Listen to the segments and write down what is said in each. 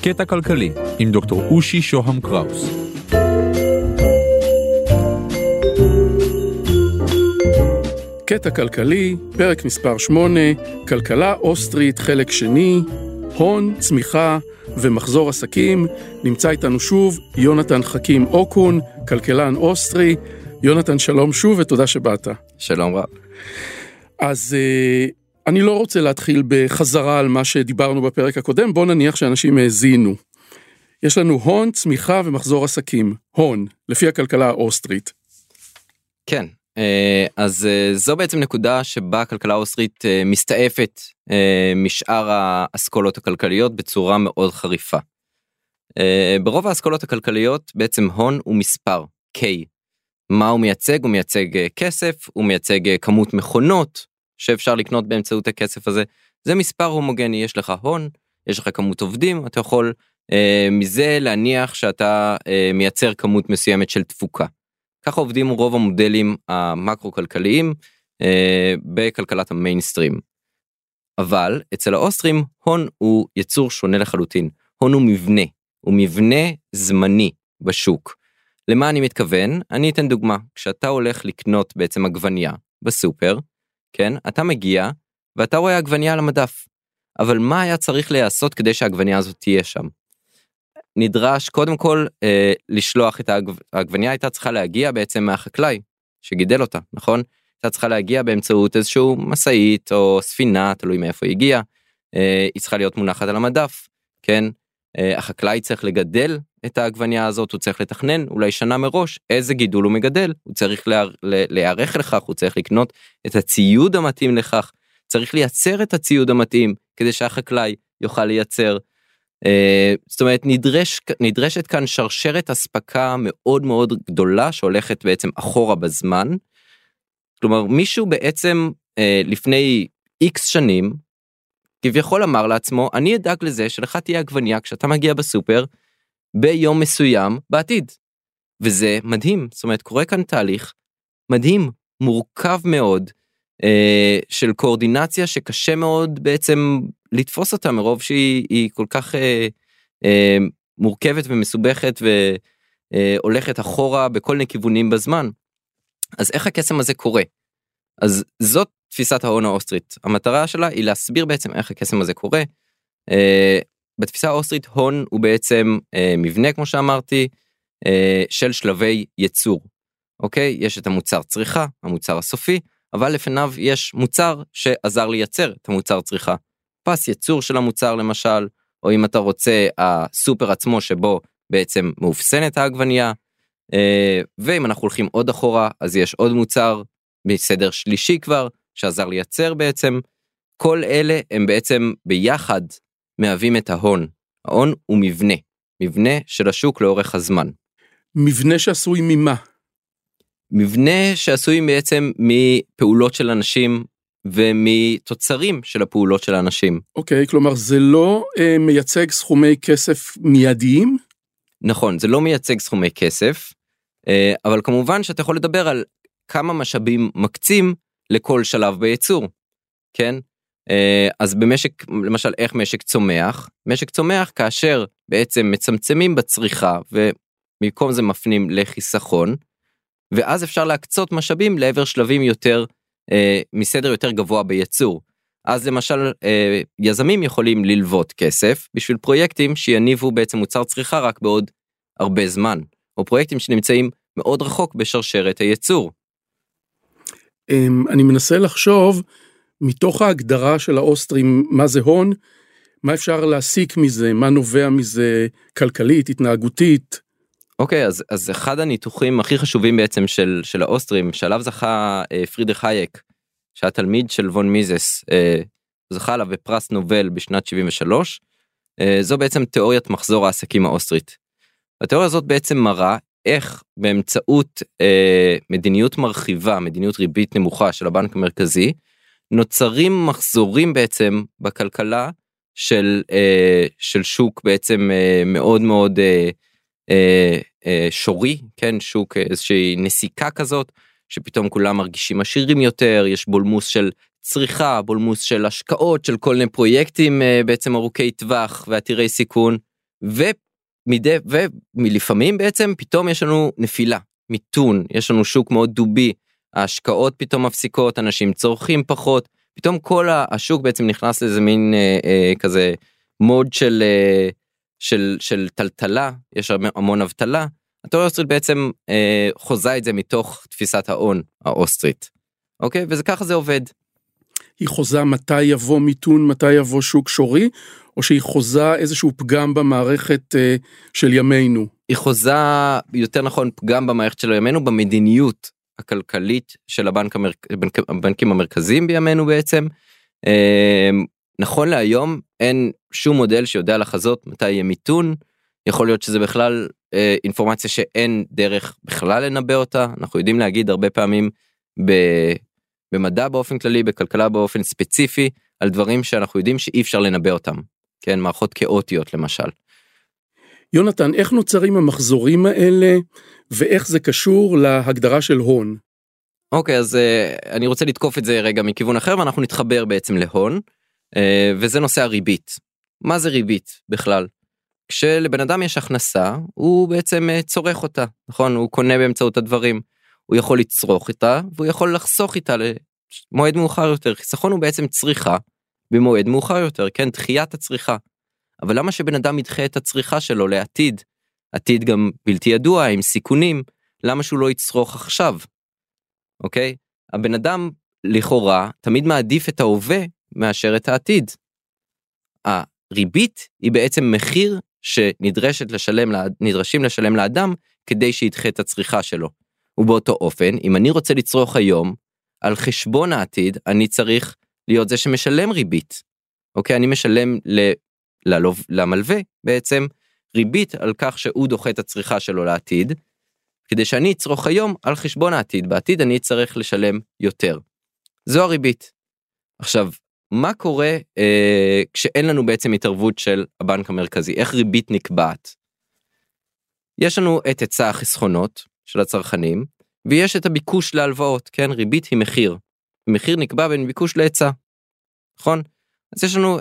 קטע כלכלי עם דוקטור אושי שוהם קראוס. קטע כלכלי, פרק מספר 8, כלכלה אוסטרית, חלק שני, הון, צמיחה ומחזור עסקים. נמצא איתנו שוב יונתן חכים אוקון, כלכלן אוסטרי. יונתן, שלום שוב ותודה שבאת. שלום רב. אז אני לא רוצה להתחיל בחזרה על מה שדיברנו בפרק הקודם, בוא נניח שאנשים האזינו. יש לנו הון, צמיחה ומחזור עסקים. הון, לפי הכלכלה האוסטרית. כן, אז זו בעצם נקודה שבה הכלכלה האוסטרית מסתעפת משאר האסכולות הכלכליות בצורה מאוד חריפה. ברוב האסכולות הכלכליות בעצם הון הוא מספר, K. מה הוא מייצג? הוא מייצג כסף, הוא מייצג כמות מכונות שאפשר לקנות באמצעות הכסף הזה. זה מספר הומוגני, יש לך הון, יש לך כמות עובדים, אתה יכול מזה להניח שאתה מייצר כמות מסוימת של תפוקה. ככה עובדים רוב המודלים המקרו-כלכליים בכלכלת המיינסטרים. אבל אצל האוסטרים הון הוא יצור שונה לחלוטין. הון הוא מבנה, הוא מבנה זמני בשוק. למה אני מתכוון? אני אתן דוגמה. כשאתה הולך לקנות בעצם עגבנייה בסופר, כן? אתה מגיע ואתה רואה עגבנייה על המדף. אבל מה היה צריך לעשות כדי שהעגבנייה הזאת תהיה שם? נדרש קודם כל לשלוח את העגבנייה, הייתה צריכה להגיע בעצם מהחקלאי שגידל אותה, נכון? הייתה צריכה להגיע באמצעות איזשהו מסעית או ספינה, תלוי מאיפה היא הגיעה, היא צריכה להיות מונחת על המדף, כן? החקלאי צריך לגדל את העגבנייה הזאת, הוא צריך לתכנן אולי שנה מראש איזה גידול הוא מגדל, הוא צריך להיערך לכך, הוא צריך לקנות את הציוד המתאים לכך, צריך לייצר את הציוד המתאים כדי שהחקלאי יוכל לייצר. זאת אומרת נדרשת כאן שרשרת אספקה מאוד מאוד גדולה שהולכת בעצם אחורה בזמן. כלומר מישהו בעצם לפני X שנים כביכול אמר לעצמו, אני אדאג לזה שלך תהיה עגבנייה כשאתה מגיע בסופר ביום מסוים בעתיד. וזה מדהים, זאת אומרת קורה כאן תהליך מדהים, מורכב מאוד, של קואורדינציה שקשה מאוד בעצם לתפוס אותה מרוב שהיא כל כך מורכבת ומסובכת והולכת אחורה בכל מיני כיוונים בזמן. אז איך הקסם הזה קורה? אז זאת תפיסת ההון האוסטרית. המטרה שלה היא להסביר בעצם איך הקסם הזה קורה. בתפיסה האוסטרית הון הוא בעצם מבנה כמו שאמרתי של שלבי ייצור. אוקיי? יש את המוצר צריכה, המוצר הסופי, אבל לפניו יש מוצר שעזר לייצר את המוצר צריכה. פס ייצור של המוצר למשל, או אם אתה רוצה הסופר עצמו שבו בעצם מאופסנת העגבנייה, ואם אנחנו הולכים עוד אחורה, אז יש עוד מוצר בסדר שלישי כבר, שעזר לייצר בעצם. כל אלה הם בעצם ביחד מהווים את ההון. ההון הוא מבנה, מבנה של השוק לאורך הזמן. מבנה שעשוי ממה? מבנה שעשוי בעצם מפעולות של אנשים ומתוצרים של הפעולות של האנשים. אוקיי, כלומר זה לא מייצג סכומי כסף מיידיים? נכון, זה לא מייצג סכומי כסף, אבל כמובן שאתה יכול לדבר על כמה משאבים מקצים לכל שלב בייצור, כן? אז במשק, למשל איך משק צומח? משק צומח כאשר בעצם מצמצמים בצריכה ומקום זה מפנים לחיסכון, ואז אפשר להקצות משאבים לעבר שלבים יותר, מסדר יותר גבוה בייצור. אז למשל, יזמים יכולים ללוות כסף בשביל פרויקטים שיניבו בעצם מוצר צריכה רק בעוד הרבה זמן, או פרויקטים שנמצאים מאוד רחוק בשרשרת הייצור. אני מנסה לחשוב, מתוך ההגדרה של האוסטרים, מה זה הון, מה אפשר להסיק מזה, מה נובע מזה כלכלית, התנהגותית? אוקיי, אז אחד הניתוחים הכי חשובים בעצם של האוסטרים, שעליו זכה פרידריך הייק, שהיה תלמיד של וון מיזס, זכה עליו בפרס נובל בשנת 73, זו בעצם תיאוריית מחזור העסקים האוסטרית. התיאוריה הזאת בעצם מראה איך באמצעות מדיניות מרחיבה, מדיניות ריבית נמוכה של הבנק המרכזי, נוצרים מחזורים בעצם בכלכלה של שוק בעצם מאוד מאוד שורי, כן, שוק איזושהי נסיקה כזאת, שפתאום כולם מרגישים עשירים יותר, יש בולמוס של צריכה, בולמוס של השקעות, של כל מיני פרויקטים בעצם ארוכי טווח ועתירי סיכון, ומלפעמים בעצם פתאום יש לנו נפילה, מיתון, יש לנו שוק מאוד דובי, ההשקעות פתאום מפסיקות, אנשים צורכים פחות, פתאום כל השוק בעצם נכנס לאיזה מין כזה מוד של טלטלה, יש המון אבטלה, התיאוריה האוסטרית בעצם חוזה את זה מתוך תפיסת ההון האוסטרית, אוקיי? וזה ככה זה עובד. היא חוזה מתי יבוא מיתון, מתי יבוא שוק שורי, או שהיא חוזה איזשהו פגם במערכת של ימינו? היא חוזה, יותר נכון, פגם במערכת של ימינו, במדיניות הכלכלית של הבנקים המרכזיים בימינו בעצם. נכון להיום אין שום מודל שיודע לחזות מתי יהיה מיתון, יכול להיות שזה בכלל אינפורמציה שאין דרך בכלל לנבא אותה, אנחנו יודעים להגיד הרבה פעמים במדע באופן כללי, בכלכלה באופן ספציפי, על דברים שאנחנו יודעים שאי אפשר לנבא אותם, כן, מערכות כאוטיות למשל. יונתן, איך נוצרים המחזורים האלה, ואיך זה קשור להגדרה של הון? אוקיי, אז אני רוצה לתקוף את זה רגע מכיוון אחר, ואנחנו נתחבר בעצם להון, וזה נושא הריבית. מה זה ריבית בכלל? כשלבן אדם יש הכנסה, הוא בעצם צורך אותה, נכון? הוא קונה באמצעות הדברים, הוא יכול לצרוך איתה, והוא יכול לחסוך איתה למועד מאוחר יותר. חיסכון הוא בעצם צריכה במועד מאוחר יותר, כן? דחיית הצריכה. אבל למה שבן אדם ידחה את הצריכה שלו לעתיד? עתיד גם בלתי ידוע, עם סיכונים, למה שהוא לא יצרוך עכשיו? אוקיי? הבן אדם לכאורה תמיד מעדיף את ההווה מאשר את העתיד. הריבית היא בעצם מחיר שנדרשים לשלם לאדם כדי שידחה את הצריכה שלו. ובאותו אופן, אם אני רוצה לצרוך היום על חשבון העתיד, אני צריך להיות זה שמשלם ריבית. אוקיי? אני משלם למלווה בעצם ריבית על כך שהוא דוחה את הצריכה שלו לעתיד, כדי שאני אצרוך היום על חשבון העתיד. בעתיד אני צריך לשלם יותר. זו הריבית. עכשיו, מה קורה כשאין לנו בעצם התערבות של הבנק המרכזי? איך ריבית נקבעת? יש לנו את היצע החסכונות של הצרכנים, ויש את הביקוש להלוואות, כן? ריבית היא מחיר. מחיר נקבע בין ביקוש להיצע. נכון? אז יש לנו,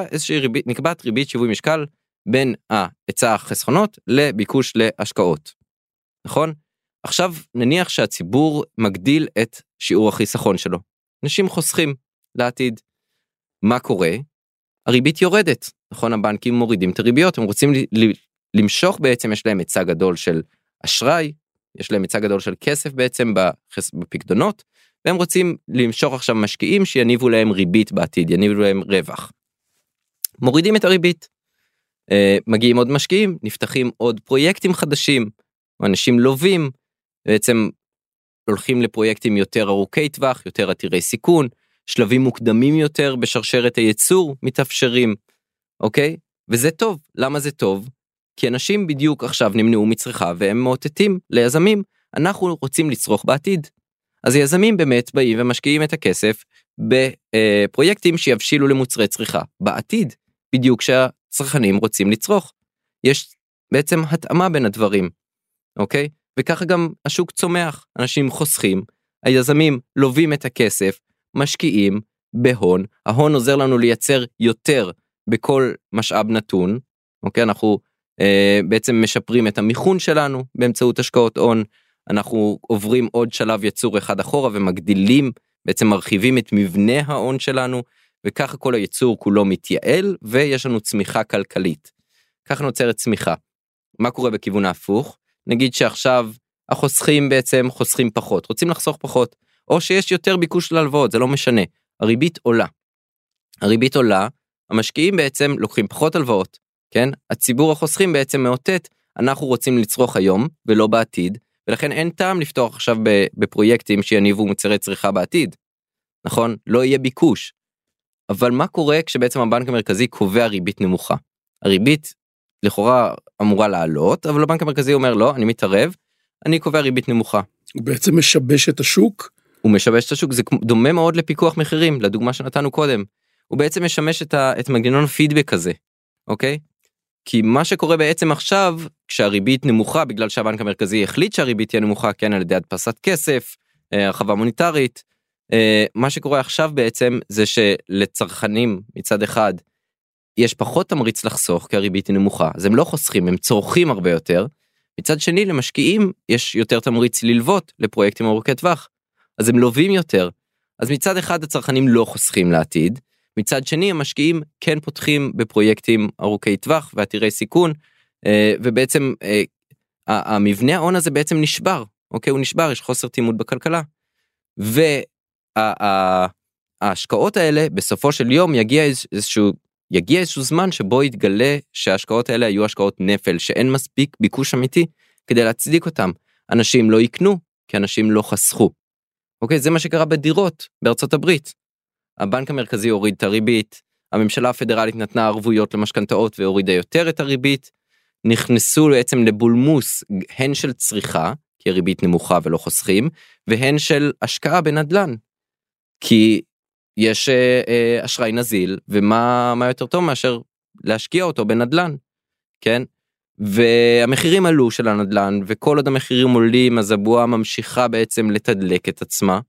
נקבעת ריבית שיווי משקל בין היצע החסכונות לביקוש להשקעות. נכון? עכשיו נניח שהציבור מגדיל את שיעור החיסכון שלו. אנשים חוסכים לעתיד. מה קורה? הריבית יורדת. נכון? הבנקים מורידים את הריביות, הם רוצים למשוך בעצם, יש להם היצע גדול של אשראי, יש להם היצע גדול של כסף בעצם בפקדונות, והם רוצים למשוך עכשיו משקיעים שיניבו להם ריבית בעתיד, יניבו להם רווח. מורידים את הריבית. מגיעים עוד משקיעים, נפתחים עוד פרויקטים חדשים, אנשים לובים, בעצם הולכים לפרויקטים יותר ארוכי טווח, יותר עתירי סיכון, שלבים מוקדמים יותר בשרשרת הייצור מתאפשרים, אוקיי? וזה טוב. למה זה טוב? כי אנשים בדיוק עכשיו נמנעו מצריכה, והם מאותתים ליזמים, אנחנו רוצים לצרוך בעתיד. אז היזמים באמת באים ומשקיעים את הכסף בפרויקטים שיבשילו למוצרי צריכה בעתיד, בדיוק שהצרכנים רוצים לצרוך. יש בעצם התאמה בין הדברים, אוקיי? וככה גם השוק צומח, אנשים חוסכים, היזמים לובים את הכסף, משקיעים בהון, ההון עוזר לנו לייצר יותר בכל משאב נתון, אוקיי? אנחנו בעצם משפרים את המיכון שלנו באמצעות השקעות הון, אנחנו עוברים עוד שלב יצור אחד אחורה ומגדילים, בעצם מרחיבים את מבנה ההון שלנו, וככה כל היצור כולו מתייעל, ויש לנו צמיחה כלכלית. ככה נוצרת צמיחה. מה קורה בכיוון ההפוך? נגיד שעכשיו החוסכים בעצם חוסכים פחות, רוצים לחסוך פחות, או שיש יותר ביקוש להלוואות, זה לא משנה. הריבית עולה. הריבית עולה, המשקיעים בעצם לוקחים פחות הלוואות, כן? הציבור החוסכים בעצם מאותת, אנחנו רוצים לצרוך היום ולא בעתיד, ולכן אין טעם לפתוח עכשיו בפרויקטים שיניבו מוצרי צריכה בעתיד. נכון? לא יהיה ביקוש. אבל מה קורה כשבעצם הבנק המרכזי קובע ריבית נמוכה? הריבית לכאורה אמורה לעלות, אבל הבנק המרכזי אומר לא, אני מתערב, אני קובע ריבית נמוכה. הוא בעצם משבש את השוק? הוא משבש את השוק, זה דומה מאוד לפיקוח מחירים, לדוגמה שנתנו קודם. הוא בעצם משמש את מנגנון הפידבק הזה, אוקיי? כי מה שקורה בעצם עכשיו, כשהריבית נמוכה, בגלל שהבנק המרכזי החליט שהריבית תהיה נמוכה, כן, על ידי הדפסת כסף, הרחבה מוניטרית, מה שקורה עכשיו בעצם, זה שלצרכנים מצד אחד, יש פחות תמריץ לחסוך, כי הריבית היא נמוכה, אז הם לא חוסכים, הם צורכים הרבה יותר. מצד שני, למשקיעים יש יותר תמריץ ללוות לפרויקטים ארוכי טווח, אז הם לובים יותר. אז מצד אחד הצרכנים לא חוסכים לעתיד, מצד שני המשקיעים כן פותחים בפרויקטים ארוכי טווח ועתירי סיכון, ובעצם המבנה ההון הזה בעצם נשבר, אוקיי? הוא נשבר, יש חוסר תימות בכלכלה. וההשקעות האלה בסופו של יום יגיע איזשהו זמן שבו יתגלה שההשקעות האלה היו השקעות נפל, שאין מספיק ביקוש אמיתי כדי להצדיק אותם. אנשים לא יקנו, כי אנשים לא חסכו. אוקיי, זה מה שקרה בדירות בארצות הברית. הבנק המרכזי הוריד את הריבית, הממשלה הפדרלית נתנה ערבויות למשכנתאות והורידה יותר את הריבית, נכנסו בעצם לבולמוס הן של צריכה, כי הריבית נמוכה ולא חוסכים, והן של השקעה בנדלן, כי יש אשראי נזיל, ומה יותר טוב מאשר להשקיע אותו בנדלן, כן? והמחירים עלו של הנדלן, וכל עוד המחירים עולים, אז הבועה ממשיכה בעצם לתדלק את עצמה.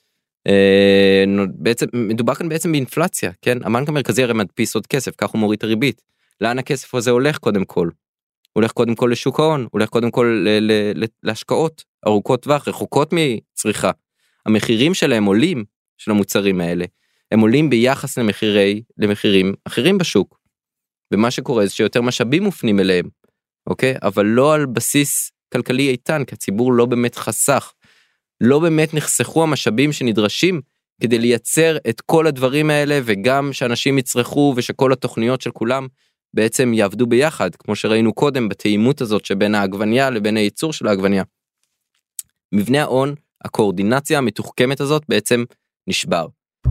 בעצם, מדובר כאן בעצם באינפלציה, כן? הבנק המרכזי הרי מדפיס עוד כסף, כך הוא מוריד את הריבית. לאן הכסף הזה הולך קודם כל? הוא הולך קודם כל לשוק ההון, הוא הולך קודם כל להשקעות ארוכות טווח, רחוקות מצריכה. המחירים שלהם עולים, של המוצרים האלה, הם עולים ביחס למחירים אחרים בשוק. ומה שקורה זה שיותר משאבים מופנים אליהם, אוקיי? אבל לא על בסיס כלכלי איתן, כי הציבור לא באמת חסך, לא באמת נחסכו המשאבים שנדרשים כדי לייצר את כל הדברים האלה, וגם שאנשים יצרכו ושכל התוכניות של כולם בעצם יעבדו ביחד, כמו שראינו קודם בתאימות הזאת שבין העגבניה לבין הייצור של העגבניה. מבנה ההון, הקואורדינציה המתוחכמת הזאת בעצם נשבר.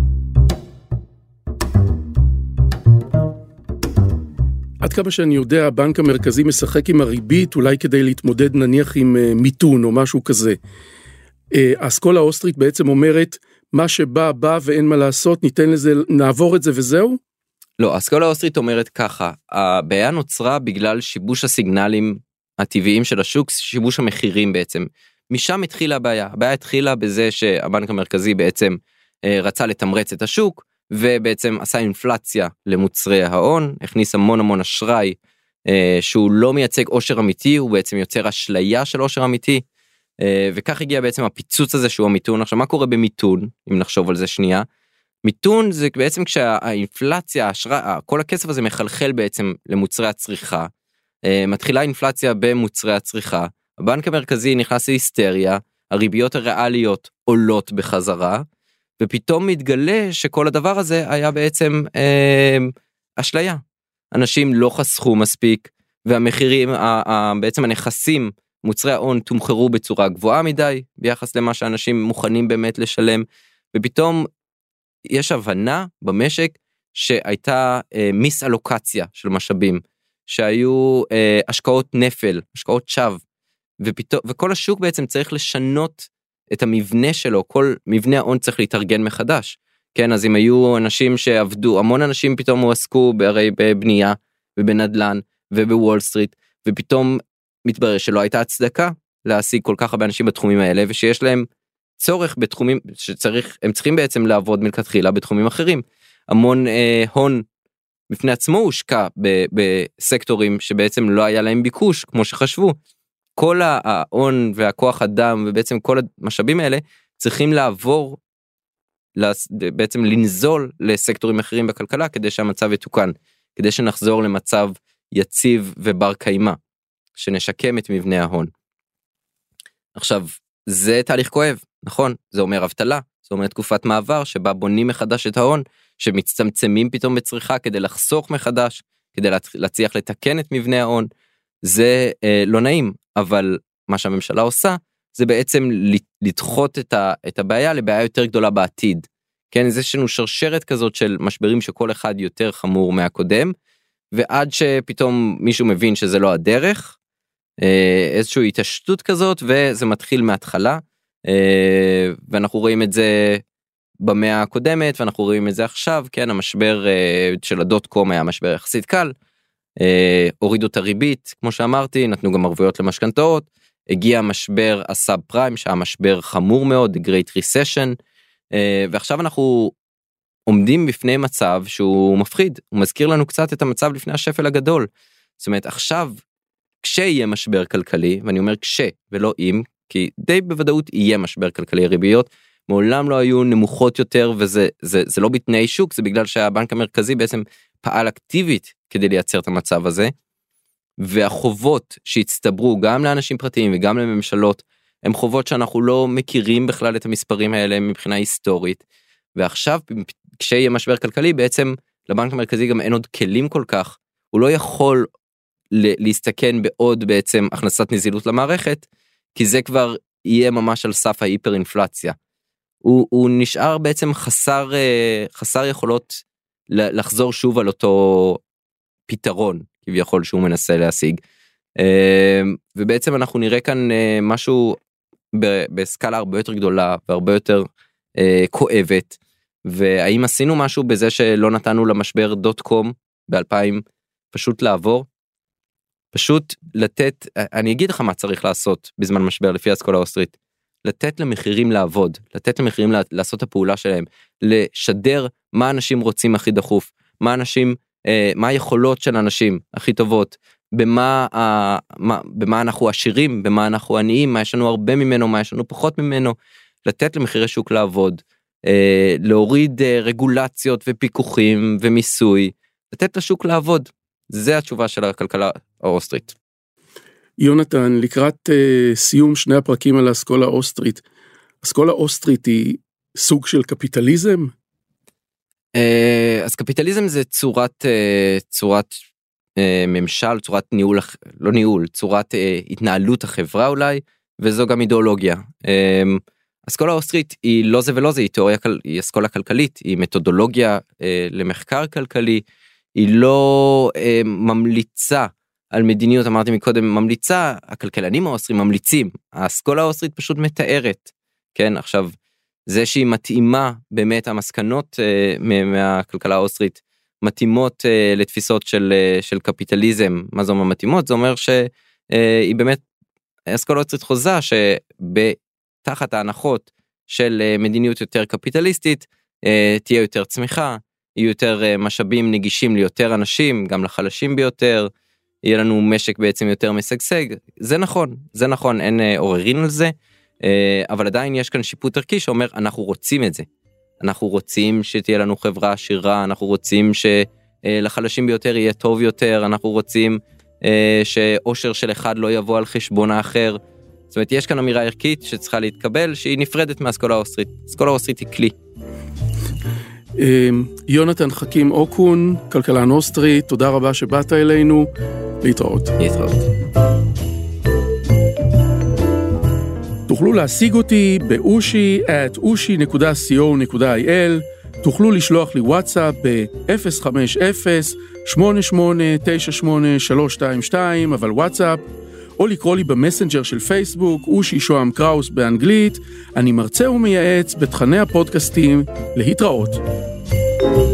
עד כמה שאני יודע, הבנק המרכזי משחק עם הריבית, אולי כדי להתמודד נניח עם מיתון או משהו כזה. האסכולה האוסטרית בעצם אומרת, מה שבא ואין מה לעשות, ניתן לזה, נעבור את זה וזהו? לא, האסכולה האוסטרית אומרת ככה, הבעיה נוצרה בגלל שיבוש הסיגנלים הטבעיים של השוק, שיבוש המחירים בעצם. משם התחילה הבעיה. הבעיה התחילה בזה שהבנק המרכזי בעצם רצה לתמרץ את השוק, ובעצם עשה אינפלציה למוצרי ההון, הכניס המון אשראי, שהוא לא מייצג עושר אמיתי, הוא בעצם יוצר אשליה של עושר אמיתי, וכך הגיע בעצם הפיצוץ הזה שהוא המיתון. עכשיו מה קורה במיתון, אם נחשוב על זה שנייה? מיתון זה בעצם כשהאינפלציה, כל הכסף הזה מחלחל בעצם למוצרי הצריכה, מתחילה אינפלציה במוצרי הצריכה, הבנק המרכזי נכנס להיסטריה, הריביות הריאליות עולות בחזרה, ופתאום מתגלה שכל הדבר הזה היה בעצם אשליה. אנשים לא חסכו מספיק, והמחירים, בעצם הנכסים, מוצרי ההון תומחרו בצורה גבוהה מדי, ביחס למה שאנשים מוכנים באמת לשלם, ופתאום יש הבנה במשק שהייתה מיסאלוקציה של משאבים, שהיו השקעות נפל, השקעות שווא, וכל השוק בעצם צריך לשנות את המבנה שלו, כל מבנה ההון צריך להתארגן מחדש, כן, אז אם היו אנשים שעבדו, המון אנשים פתאום הועסקו בבנייה, ובנדלן, ובוול סטריט, ופתאום מתברר שלא הייתה הצדקה להשיג כל כך הרבה אנשים בתחומים האלה, ושיש להם צורך בתחומים הם צריכים בעצם לעבוד מלכתחילה בתחומים אחרים. המון הון בפני עצמו הושקע בסקטורים שבעצם לא היה להם ביקוש כמו שחשבו. כל ההון והכוח אדם ובעצם כל המשאבים האלה צריכים לעבור, בעצם לנזול לסקטורים אחרים בכלכלה כדי שהמצב יתוקן, כדי שנחזור למצב יציב ובר קיימא, שנשקם את מבנה ההון. עכשיו, זה תהליך כואב, נכון? זה אומר אבטלה, זה אומר תקופת מעבר שבה בונים מחדש את ההון, שמצטמצמים פתאום בצריכה כדי לחסוך מחדש, כדי להצליח לתקן את מבנה ההון. זה לא נעים, אבל מה שהממשלה עושה, זה בעצם לדחות את הבעיה לבעיה יותר גדולה בעתיד. כן, זה שיש לנו שרשרת כזאת של משברים שכל אחד יותר חמור מהקודם, ועד שפתאום מישהו מבין שזה לא הדרך, איזושהי התעשתות כזאת, וזה מתחיל מההתחלה, ואנחנו רואים את זה במאה הקודמת, ואנחנו רואים את זה עכשיו, כן, המשבר של הדוט-קום היה משבר יחסית קל, הורידו את הריבית, כמו שאמרתי, נתנו גם ערבויות למשכנתאות, הגיע משבר הסאב פריים, שהיה משבר חמור מאוד, Great Recession, ועכשיו אנחנו עומדים בפני מצב שהוא מפחיד, הוא מזכיר לנו קצת את המצב לפני השפל הגדול. זאת אומרת, עכשיו, כשיהיה משבר כלכלי, ואני אומר כש ולא אם, כי די בוודאות יהיה משבר כלכלי, הריביות מעולם לא היו נמוכות יותר, וזה לא בתנאי שוק, זה בגלל שהבנק המרכזי בעצם פעל אקטיבית כדי לייצר את המצב הזה, והחובות שהצטברו גם לאנשים פרטיים וגם לממשלות, הם חובות שאנחנו לא מכירים בכלל את המספרים האלה מבחינה היסטורית, ועכשיו כשיהיה משבר כלכלי, בעצם לבנק המרכזי גם אין עוד כלים כל כך, הוא לא יכול להסתכן בעוד בעצם הכנסת נזילות למערכת, כי זה כבר יהיה ממש על סף ההיפר-אינפלציה. הוא נשאר בעצם חסר יכולות לחזור שוב על אותו פתרון, כביכול שהוא מנסה להשיג. ובעצם אנחנו נראה כאן משהו בסקאלה הרבה יותר גדולה, והרבה יותר כואבת, והאם עשינו משהו בזה שלא נתנו למשבר .com ב-2000 פשוט לעבור? פשוט לתת, אני אגיד לך מה צריך לעשות בזמן משבר לפי האסכולה האוסטרית, לתת למחירים לעבוד, לתת למחירים לעשות את הפעולה שלהם, לשדר מה אנשים רוצים הכי דחוף, מה היכולות של אנשים הכי טובות, במה אנחנו עשירים, במה אנחנו עניים, מה יש לנו הרבה ממנו, מה יש לנו פחות ממנו, לתת למחירי שוק לעבוד, להוריד רגולציות ופיקוחים ומיסוי, לתת לשוק לעבוד. זה התשובה של הכלכלה האוסטרית. יונתן, לקראת סיום שני הפרקים על האסכולה האוסטרית, האסכולה האוסטרית היא סוג של קפיטליזם? אז קפיטליזם זה צורת ממשל, צורת ניהול, לא ניהול, צורת התנהלות החברה אולי, וזו גם אידיאולוגיה. האסכולה האוסטרית היא לא זה ולא זה, היא אסכולה כלכלית, היא מתודולוגיה למחקר כלכלי, היא לא ממליצה על מדיניות, אמרתי מקודם, ממליצה, הכלכלנים האוסטרים ממליצים, האסכולה האוסטרית פשוט מתארת, כן, עכשיו, זה שהיא מתאימה באמת המסקנות מהכלכלה האוסטרית, מתאימות לתפיסות של קפיטליזם, מה זה אומר מתאימות? זה אומר שהיא באמת, האסכולה האוסטרית חוזה שבתחת ההנחות של מדיניות יותר קפיטליסטית, תהיה יותר צמיחה, יהיו יותר משאבים נגישים ליותר אנשים, גם לחלשים ביותר, יהיה לנו משק בעצם יותר משגשג, זה נכון, אין עוררין על זה, אבל עדיין יש כאן שיפוט ערכי שאומר, אנחנו רוצים את זה, אנחנו רוצים שתהיה לנו חברה עשירה, אנחנו רוצים שלחלשים ביותר יהיה טוב יותר, אנחנו רוצים שאושר של אחד לא יבוא על חשבון האחר, זאת אומרת, יש כאן אמירה ערכית שצריכה להתקבל, שהיא נפרדת מהאסכולה האוסטרית, האסכולה האוסטרית היא כלי. יונתן חכים אוקון, כלכלן אוסטרי, תודה רבה שבאת אלינו, להתראות. תוכלו להשיג אותי באושי@ushi.co.il, תוכלו לשלוח לי וואטסאפ ב-050-8898-322, אבל וואטסאפ, או לקרוא לי במסנג'ר של פייסבוק, אושי שוהם קראוס באנגלית, אני מרצה ומייעץ בתכני הפודקאסטים, להתראות.